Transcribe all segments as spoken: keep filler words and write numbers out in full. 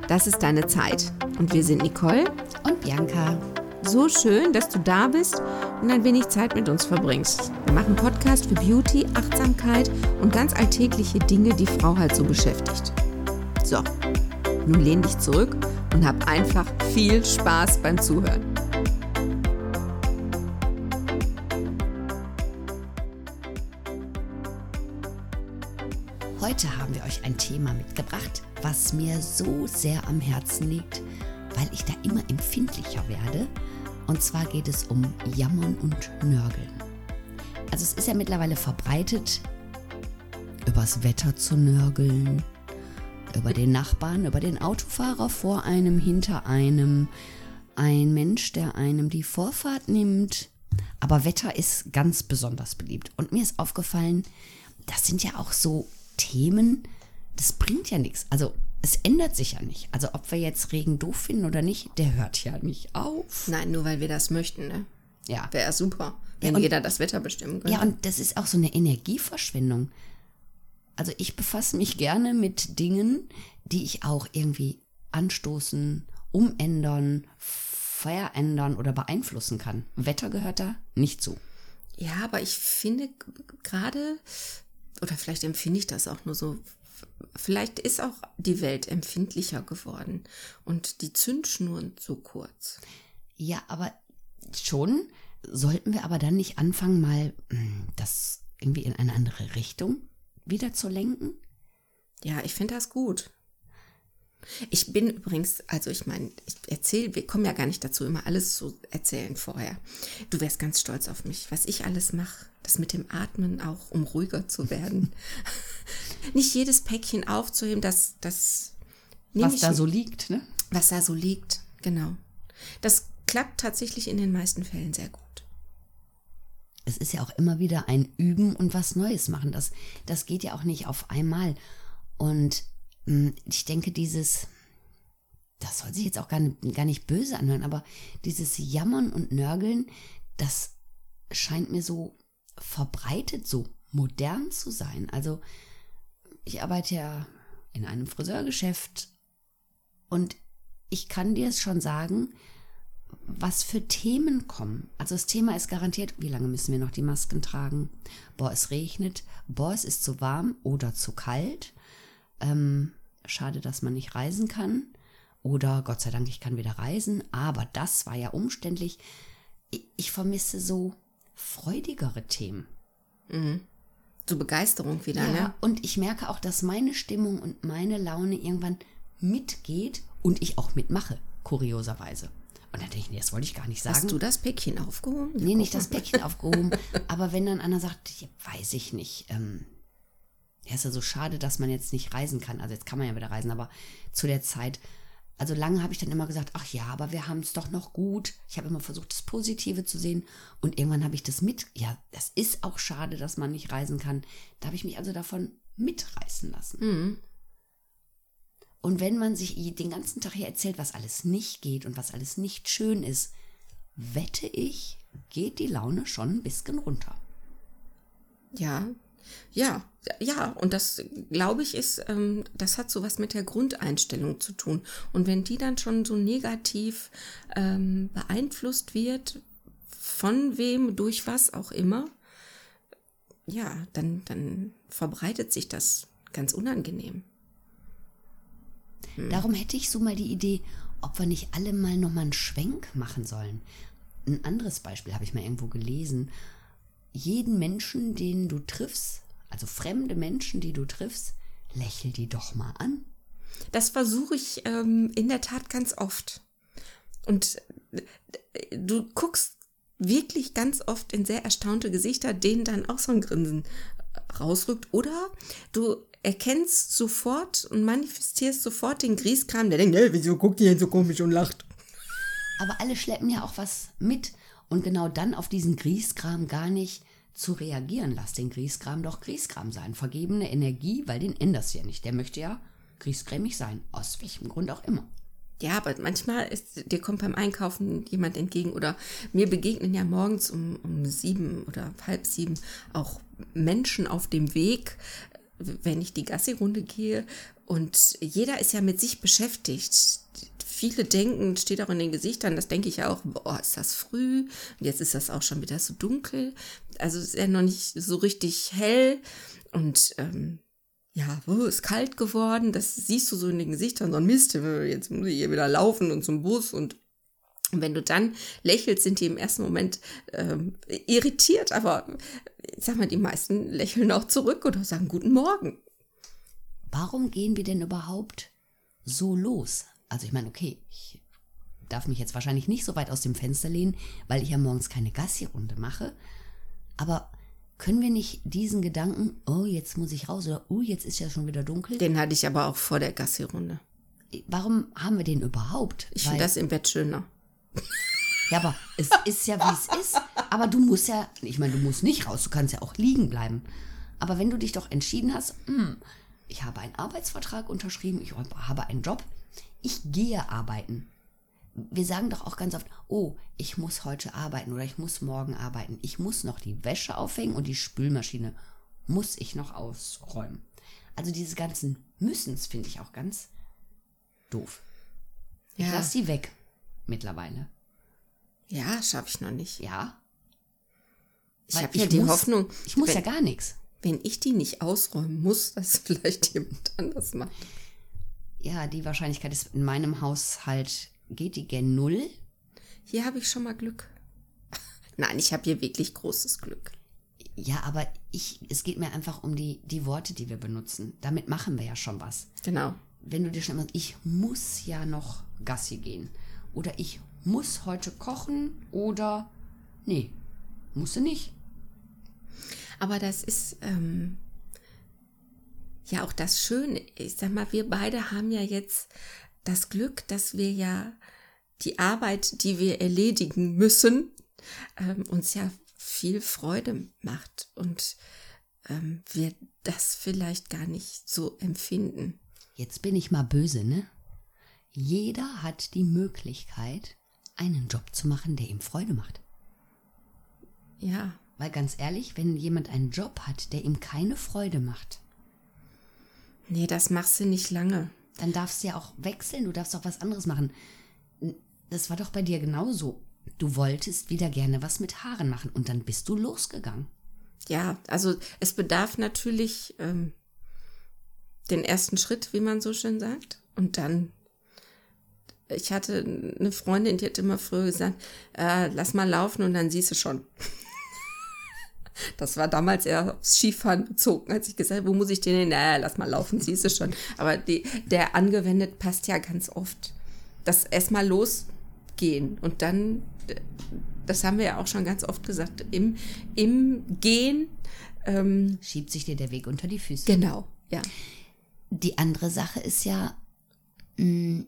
Das ist deine Zeit. Und wir sind Nicole und Bianca. So schön, dass du da bist und ein wenig Zeit mit uns verbringst. Wir machen Podcast für Beauty, Achtsamkeit und ganz alltägliche Dinge, die Frau halt so beschäftigt. So, nun lehn dich zurück und hab einfach viel Spaß beim Zuhören. Heute haben wir euch ein Thema mitgebracht, was mir so sehr am Herzen liegt, weil ich da immer empfindlicher werde. Und zwar geht es um Jammern und Nörgeln. Also es ist ja mittlerweile verbreitet, übers Wetter zu nörgeln, über den Nachbarn, über den Autofahrer vor einem, hinter einem, ein Mensch, der einem die Vorfahrt nimmt. Aber Wetter ist ganz besonders beliebt. Und mir ist aufgefallen, das sind ja auch so Themen, das bringt ja nichts. Also es ändert sich ja nicht. Also ob wir jetzt Regen doof finden oder nicht, der hört ja nicht auf. Nein, nur weil wir das möchten, ne? Ja. Wäre ja super, wenn ja, und, jeder das Wetter bestimmen könnte. Ja, und das ist auch so eine Energieverschwendung. Also ich befasse mich gerne mit Dingen, die ich auch irgendwie anstoßen, umändern, verändern oder beeinflussen kann. Wetter gehört da nicht zu. Ja, aber ich finde gerade, oder vielleicht empfinde ich das auch nur so, vielleicht ist auch die Welt empfindlicher geworden und die Zündschnuren so kurz. Ja, aber schon sollten wir aber dann nicht anfangen, mal das irgendwie in eine andere Richtung wieder zu lenken? Ja, ich finde das gut. Ich bin übrigens, also ich meine, ich erzähle, wir kommen ja gar nicht dazu, immer alles zu erzählen vorher. Du wärst ganz stolz auf mich, was ich alles mache, das mit dem Atmen auch, um ruhiger zu werden. Nicht jedes Päckchen aufzuheben, das, das was ich, da so liegt, ne? Was da so liegt, genau. Das klappt tatsächlich in den meisten Fällen sehr gut. Es ist ja auch immer wieder ein Üben und was Neues machen. Das, das geht ja auch nicht auf einmal. Und mh, ich denke, dieses, das soll sich jetzt auch gar nicht, gar nicht böse anhören, aber dieses Jammern und Nörgeln, das scheint mir so verbreitet, so modern zu sein. Also ich arbeite ja in einem Friseurgeschäft und ich kann dir es schon sagen, was für Themen kommen. Also das Thema ist garantiert, wie lange müssen wir noch die Masken tragen? Boah, es regnet. Boah, es ist zu warm oder zu kalt. Ähm, schade, dass man nicht reisen kann. Oder Gott sei Dank, ich kann wieder reisen. Aber das war ja umständlich. Ich, ich vermisse so freudigere Themen. Mhm. So Begeisterung wieder, ja, ne? Und ich merke auch, dass meine Stimmung und meine Laune irgendwann mitgeht und ich auch mitmache, kurioserweise. Und dann denke ich, nee, das wollte ich gar nicht sagen. Hast du das Päckchen aufgehoben? Nee, nicht das Päckchen aufgehoben. Aber wenn dann einer sagt, ja, weiß ich nicht, ähm, ja, ist ja so schade, dass man jetzt nicht reisen kann. Also jetzt kann man ja wieder reisen, aber zu der Zeit, also lange habe ich dann immer gesagt, ach ja, aber wir haben es doch noch gut. Ich habe immer versucht, das Positive zu sehen. Und irgendwann habe ich das mit, ja, das ist auch schade, dass man nicht reisen kann. Da habe ich mich also davon mitreißen lassen. Mhm. Und wenn man sich den ganzen Tag hier erzählt, was alles nicht geht und was alles nicht schön ist, wette ich, geht die Laune schon ein bisschen runter. Ja, ja, ja. Und das, glaube ich, ist, ähm, das hat so was mit der Grundeinstellung zu tun. Und wenn die dann schon so negativ ähm, beeinflusst wird, von wem, durch was auch immer, ja, dann, dann verbreitet sich das ganz unangenehm. Darum hätte ich so mal die Idee, ob wir nicht alle mal nochmal einen Schwenk machen sollen. Ein anderes Beispiel habe ich mal irgendwo gelesen. Jeden Menschen, den du triffst, also fremde Menschen, die du triffst, lächel die doch mal an. Das versuche ich ähm, in der Tat ganz oft. Und äh, du guckst wirklich ganz oft in sehr erstaunte Gesichter, denen dann auch so ein Grinsen rausrückt. Oder du erkennst sofort und manifestierst sofort den Grieskram, der denkt, hey, wieso guckt ihr denn so komisch und lacht? Aber alle schleppen ja auch was mit. Und genau dann auf diesen Grieskram gar nicht zu reagieren. Lass den Grieskram doch Grieskram sein. Vergebene Energie, weil den änderst du ja nicht. Der möchte ja griesgrämig sein. Aus welchem Grund auch immer. Ja, aber manchmal ist, dir kommt beim Einkaufen jemand entgegen oder mir begegnen ja morgens um, um sieben oder halb sieben auch Menschen auf dem Weg, wenn ich die Gassi-Runde gehe Und jeder ist ja mit sich beschäftigt. Viele denken, steht auch in den Gesichtern, das denke ich auch, boah, ist das früh und jetzt ist das auch schon wieder so dunkel. Also es ist ja noch nicht so richtig hell und ähm, ja, oh, ist kalt geworden. Das siehst du so in den Gesichtern, so ein Mist, jetzt muss ich hier wieder laufen und zum Bus. Und wenn du dann lächelst, sind die im ersten Moment ähm, irritiert, aber ich sag mal, die meisten lächeln auch zurück oder sagen Guten Morgen. Warum gehen wir denn überhaupt so los? Also ich meine, okay, ich darf mich jetzt wahrscheinlich nicht so weit aus dem Fenster lehnen, weil ich ja morgens keine Gassi-Runde mache. Aber können wir nicht diesen Gedanken, oh, jetzt muss ich raus oder oh, jetzt ist ja schon wieder dunkel? Den hatte ich aber auch vor der Gassi-Runde. Warum haben wir den überhaupt? Ich finde das im Bett schöner. Ja, aber es ist ja, wie es ist. Aber du musst ja, ich meine, du musst nicht raus, du kannst ja auch liegen bleiben. Aber wenn du dich doch entschieden hast, hm, ich habe einen Arbeitsvertrag unterschrieben, ich habe einen Job, ich gehe arbeiten. Wir sagen doch auch ganz oft, oh, ich muss heute arbeiten oder ich muss morgen arbeiten. Ich muss noch die Wäsche aufhängen und die Spülmaschine muss ich noch ausräumen. Also diese ganzen Müssens finde ich auch ganz doof. Ich Ja. lasse die weg mittlerweile. Ja, schaffe ich noch nicht. Ja. Ich Weil habe ja die muss, Hoffnung, Ich muss wenn, ja gar nichts. wenn ich die nicht ausräumen muss, dass vielleicht jemand anders macht. Ja, die Wahrscheinlichkeit ist in meinem Haushalt, geht die gen Null. Hier habe ich schon mal Glück. Nein, ich habe hier wirklich großes Glück. Ja, aber ich, es geht mir einfach um die, die Worte, die wir benutzen. Damit machen wir ja schon was. Genau. Wenn du dir schon immer, ich muss ja noch Gassi gehen. Oder ich muss heute kochen. Oder, nee, musst du nicht. Aber das ist ähm, ja auch das Schöne. Ich sag mal, wir beide haben ja jetzt das Glück, dass wir ja die Arbeit, die wir erledigen müssen, ähm, uns ja viel Freude macht und ähm, wir das vielleicht gar nicht so empfinden. Jetzt bin ich mal böse, ne? Jeder hat die Möglichkeit, einen Job zu machen, der ihm Freude macht. Ja, Weil ganz ehrlich, wenn jemand einen Job hat, der ihm keine Freude macht, nee, das machst du nicht lange. dann darfst du ja auch wechseln, du darfst auch was anderes machen. Das war doch bei dir genauso. Du wolltest wieder gerne was mit Haaren machen und dann bist du losgegangen. Ja, also es bedarf natürlich ähm, den ersten Schritt, wie man so schön sagt. Und dann, ich hatte eine Freundin, die hat immer früher gesagt, äh, lass mal laufen und dann siehst du schon. Das war damals eher aufs Skifahren bezogen, als ich gesagt habe, wo muss ich denn hin? Naja, lass mal laufen, siehst du schon. Aber die, der angewendet passt ja ganz oft. Das erstmal losgehen und dann, das haben wir ja auch schon ganz oft gesagt, im, im Gehen. Ähm, Schiebt sich dir der Weg unter die Füße. genau, ja. Die andere Sache ist ja, mh,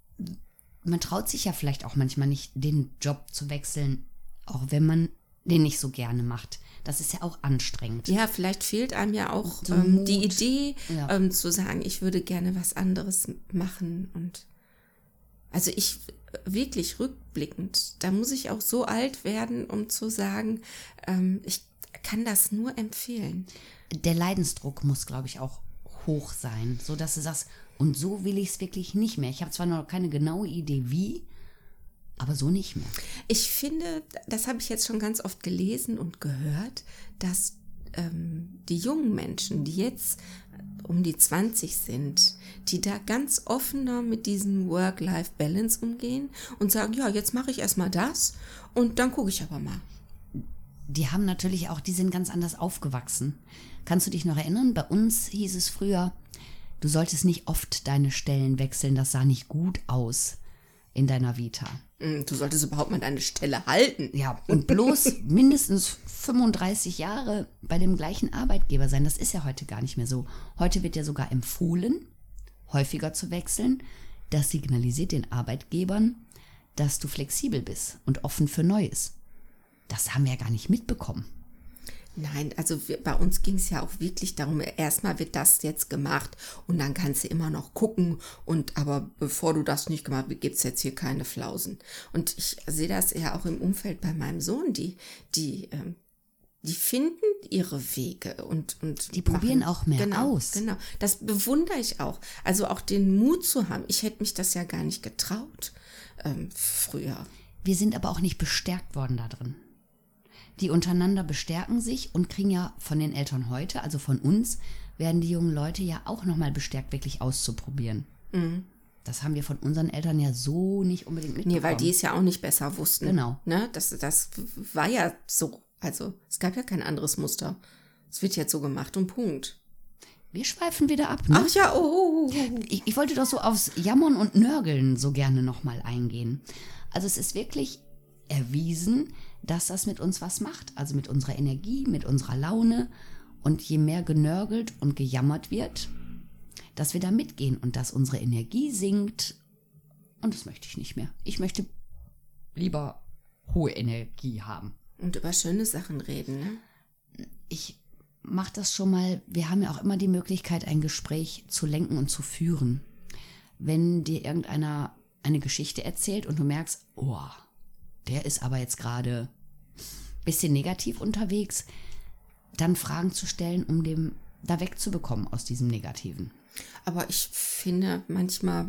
man traut sich ja vielleicht auch manchmal nicht, den Job zu wechseln, auch wenn man den nicht so gerne macht. Das ist ja auch anstrengend. Ja, vielleicht fehlt einem ja auch So ähm, Mut. die Idee, Ja. ähm, zu sagen, ich würde gerne was anderes machen. Und also ich wirklich rückblickend, da muss ich auch so alt werden, um zu sagen, ähm, ich kann das nur empfehlen. Der Leidensdruck muss, glaube ich, auch hoch sein, so dass du sagst, und so will ich es wirklich nicht mehr. Ich habe zwar noch keine genaue Idee, wie, aber so nicht mehr. Ich finde, das habe ich jetzt schon ganz oft gelesen und gehört, dass ähm, die jungen Menschen, die jetzt um die zwanzig sind, die da ganz offener mit diesem Work-Life-Balance umgehen und sagen, ja, jetzt mache ich erstmal das und dann gucke ich aber mal. Die haben natürlich auch, die sind ganz anders aufgewachsen. Kannst du dich noch erinnern? Bei uns hieß es früher, du solltest nicht oft deine Stellen wechseln, das sah nicht gut aus in deiner Vita. Du solltest überhaupt mal deine Stelle halten. Ja, und bloß mindestens fünfunddreißig Jahre bei dem gleichen Arbeitgeber sein, das ist ja heute gar nicht mehr so. Heute wird ja sogar empfohlen, häufiger zu wechseln. Das signalisiert den Arbeitgebern, dass du flexibel bist und offen für Neues. Das haben wir ja gar nicht mitbekommen. Nein, also wir, bei uns ging es ja auch wirklich darum, erstmal wird das jetzt gemacht und dann kannst du immer noch gucken und aber bevor du das nicht gemacht hast, gibt es jetzt hier keine Flausen. Und ich sehe das ja auch im Umfeld bei meinem Sohn, die, die ähm, die finden ihre Wege und, und die probieren machen, auch mehr genau, aus. Genau, das bewundere ich auch. Also auch den Mut zu haben. Ich hätte mich das ja gar nicht getraut ähm, früher. Wir sind aber auch nicht bestärkt worden da drin. Die untereinander bestärken sich und kriegen ja von den Eltern heute, also von uns, werden die jungen Leute ja auch nochmal bestärkt, wirklich auszuprobieren. Mhm. Das haben wir von unseren Eltern ja so nicht unbedingt mitbekommen. Nee, weil die es ja auch nicht besser wussten. Genau. Ne? Das, das war ja so. Also es gab ja kein anderes Muster. Es wird jetzt so gemacht und Punkt. Wir schweifen wieder ab, ne? Ach ja, oh. oh, oh. Ich, ich wollte doch so aufs Jammern und Nörgeln so gerne nochmal eingehen. Also es ist wirklich erwiesen, dass das mit uns was macht. Also mit unserer Energie, mit unserer Laune. Und je mehr genörgelt und gejammert wird, dass wir da mitgehen und dass unsere Energie sinkt. Und das möchte ich nicht mehr. Ich möchte lieber hohe Energie haben. Und über schöne Sachen reden, ne? Ich mache das schon mal. Wir haben ja auch immer die Möglichkeit, ein Gespräch zu lenken und zu führen. Wenn dir irgendeiner eine Geschichte erzählt und du merkst, oh, der ist aber jetzt gerade ein bisschen negativ unterwegs, dann Fragen zu stellen, um dem da wegzubekommen aus diesem Negativen. Aber ich finde, manchmal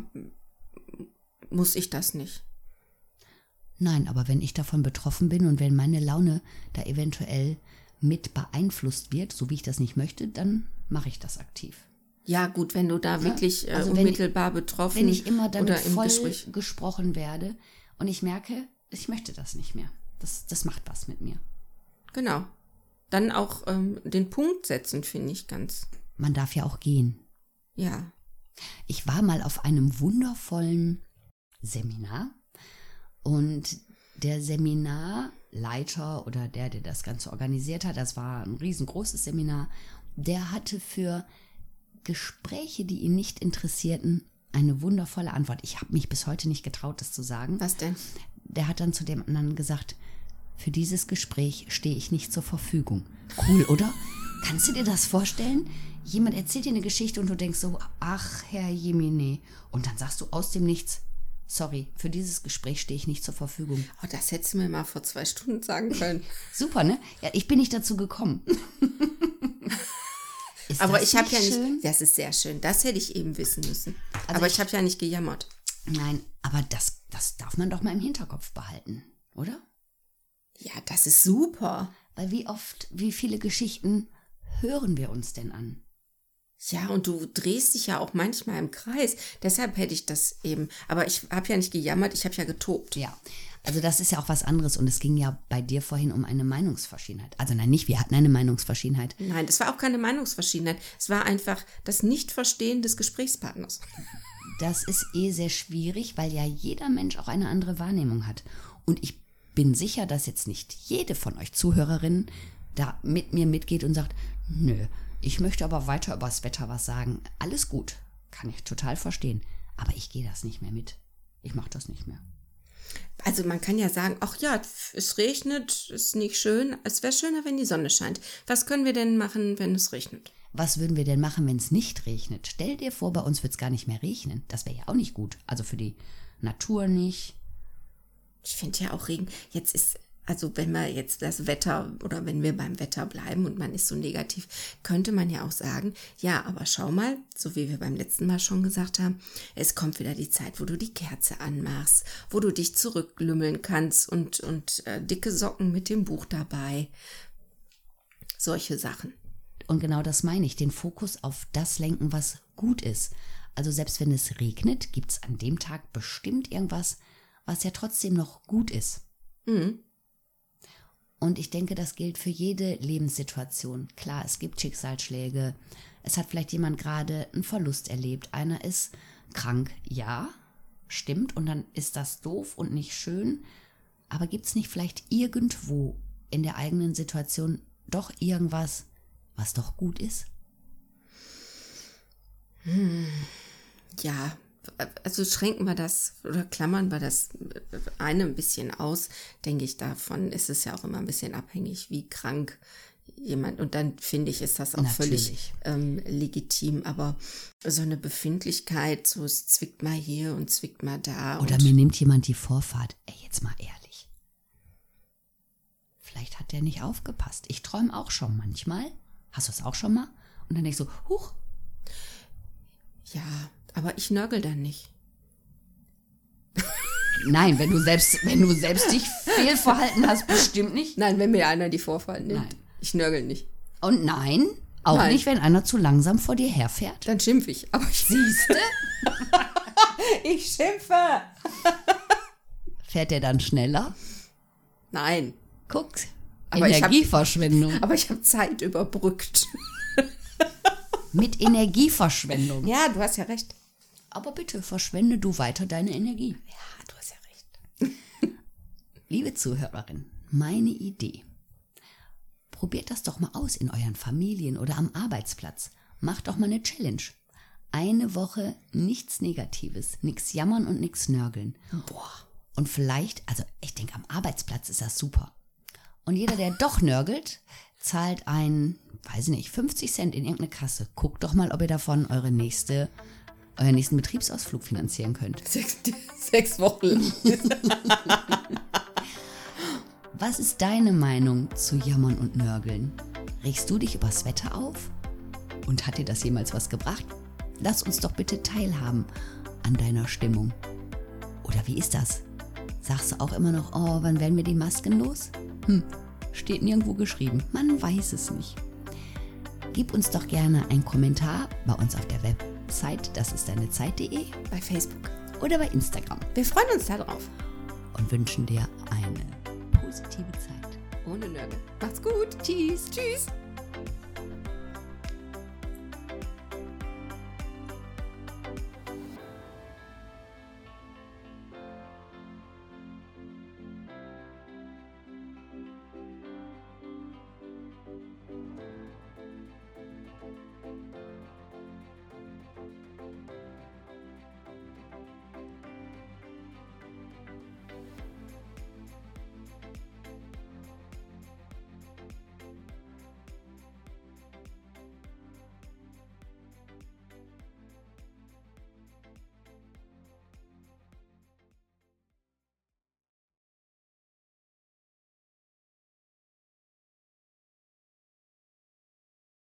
muss ich das nicht. Nein, aber wenn ich davon betroffen bin und wenn meine Laune da eventuell mit beeinflusst wird, so wie ich das nicht möchte, dann mache ich das aktiv. Ja gut, wenn du da Ja, wirklich äh, also wenn unmittelbar ich, betroffen Wenn ich immer damit oder im voll Gespräch. gesprochen werde und ich merke, ich möchte das nicht mehr. Das, das macht was mit mir. Genau. Dann auch ähm, den Punkt setzen, finde ich ganz. Man darf ja auch gehen. Ja. Ich war mal auf einem wundervollen Seminar und der Seminarleiter oder der, der das Ganze organisiert hat, das war ein riesengroßes Seminar, der hatte für Gespräche, die ihn nicht interessierten, eine wundervolle Antwort. Ich habe mich bis heute nicht getraut, das zu sagen. Was denn? Der hat dann zu dem anderen gesagt, für dieses Gespräch stehe ich nicht zur Verfügung. Cool, oder? Kannst du dir das vorstellen? Jemand erzählt dir eine Geschichte und du denkst so, ach, Herr Jemine. Und dann sagst du aus dem Nichts, sorry, für dieses Gespräch stehe ich nicht zur Verfügung. Oh, das hättest du mir mal vor zwei Stunden sagen können. Super, ne? Ja, ich bin nicht dazu gekommen. Ist Aber das ich habe nicht ja nicht, schön? das ist sehr schön, das hätte ich eben wissen müssen. Also aber ich- ich, habe ja nicht gejammert. Nein, aber das, das darf man doch mal im Hinterkopf behalten, oder? Ja, das ist super. Weil wie oft, wie viele Geschichten hören wir uns denn an? Ja, und du drehst dich ja auch manchmal im Kreis. Deshalb hätte ich das eben. Aber ich habe ja nicht gejammert, ich habe ja getobt. Ja, also das ist ja auch was anderes und es ging ja bei dir vorhin um eine Meinungsverschiedenheit. Also nein, nicht, wir hatten eine Meinungsverschiedenheit. Nein, das war auch keine Meinungsverschiedenheit. Es war einfach das Nichtverstehen des Gesprächspartners. Das ist eh sehr schwierig, weil ja jeder Mensch auch eine andere Wahrnehmung hat. Und ich bin sicher, dass jetzt nicht jede von euch Zuhörerinnen da mit mir mitgeht und sagt, nö, ich möchte aber weiter über das Wetter was sagen. Alles gut, kann ich total verstehen. Aber ich gehe das nicht mehr mit. Ich mache das nicht mehr. Also man kann ja sagen, ach ja, es regnet, ist nicht schön. Es wäre schöner, wenn die Sonne scheint. Was können wir denn machen, wenn es regnet? Was würden wir denn machen, wenn es nicht regnet? Stell dir vor, bei uns wird es gar nicht mehr regnen. Das wäre ja auch nicht gut. Also für die Natur nicht. Ich finde ja auch Regen, jetzt ist, also wenn wir jetzt das Wetter oder wenn wir beim Wetter bleiben und man ist so negativ, könnte man ja auch sagen, ja, aber schau mal, so wie wir beim letzten Mal schon gesagt haben, es kommt wieder die Zeit, wo du die Kerze anmachst, wo du dich zurücklümmeln kannst und, und äh, dicke Socken mit dem Buch dabei. Solche Sachen. Und genau das meine ich, den Fokus auf das lenken, was gut ist. Also selbst wenn es regnet, gibt es an dem Tag bestimmt irgendwas, was ja trotzdem noch gut ist. Mhm. Und ich denke, das gilt für jede Lebenssituation. Klar, es gibt Schicksalsschläge. Es hat vielleicht jemand gerade einen Verlust erlebt. Einer ist krank. Ja, stimmt. Und dann ist das doof und nicht schön. Aber gibt es nicht vielleicht irgendwo in der eigenen Situation doch irgendwas, was doch gut ist? Ja, also schränken wir das oder klammern wir das eine ein bisschen aus, denke ich, davon ist es ja auch immer ein bisschen abhängig, wie krank jemand, und dann finde ich, ist das auch Natürlich. völlig ähm, legitim, aber so eine Befindlichkeit, so es zwickt mal hier und zwickt mal da. Oder und mir nimmt jemand die Vorfahrt. Ey, jetzt mal ehrlich. vielleicht hat der nicht aufgepasst. Ich träume auch schon manchmal. Hast du es auch schon mal? Und dann denke ich so, huch. Ja, aber ich nörgel dann nicht. Nein, wenn du selbst, wenn du selbst dich fehlverhalten hast, bestimmt nicht. Nein, wenn mir einer die Vorfahrt nimmt. Nein. Ich nörgel nicht. Und nein, auch Nein. nicht, wenn einer zu langsam vor dir herfährt. Dann schimpf ich. Aber ich Siehste? ich schimpfe. Fährt der dann schneller? Nein. Guck, Aber ich hab- Energieverschwendung. Aber ich habe Zeit überbrückt. Mit Energieverschwendung. Ja, du hast ja recht. Aber bitte, verschwende du weiter deine Energie. Ja, du hast ja recht. Liebe Zuhörerin, meine Idee. Probiert das doch mal aus in euren Familien oder am Arbeitsplatz. Macht doch mal eine Challenge. Eine Woche nichts Negatives, nichts jammern und nichts nörgeln. Boah. Und vielleicht, also ich denke, am Arbeitsplatz ist das super. Und jeder, der doch nörgelt, zahlt ein, weiß ich nicht, fünfzig Cent in irgendeine Kasse. Guckt doch mal, ob ihr davon eure nächste, euren nächsten Betriebsausflug finanzieren könnt. Sechs, sechs Wochen. Was ist deine Meinung zu Jammern und Nörgeln? Regst du dich übers Wetter auf? Und hat dir das jemals was gebracht? Lass uns doch bitte teilhaben an deiner Stimmung. Oder wie ist das? Sagst du auch immer noch, oh, wann werden wir die Masken los? Hm, steht nirgendwo geschrieben. Man weiß es nicht. Gib uns doch gerne einen Kommentar bei uns auf der Website, das ist deine Zeit punkt de Bei Facebook. oder bei Instagram Wir freuen uns darauf. und wünschen dir eine positive Zeit. Ohne Nörgel. Macht's gut. Tschüss. Tschüss.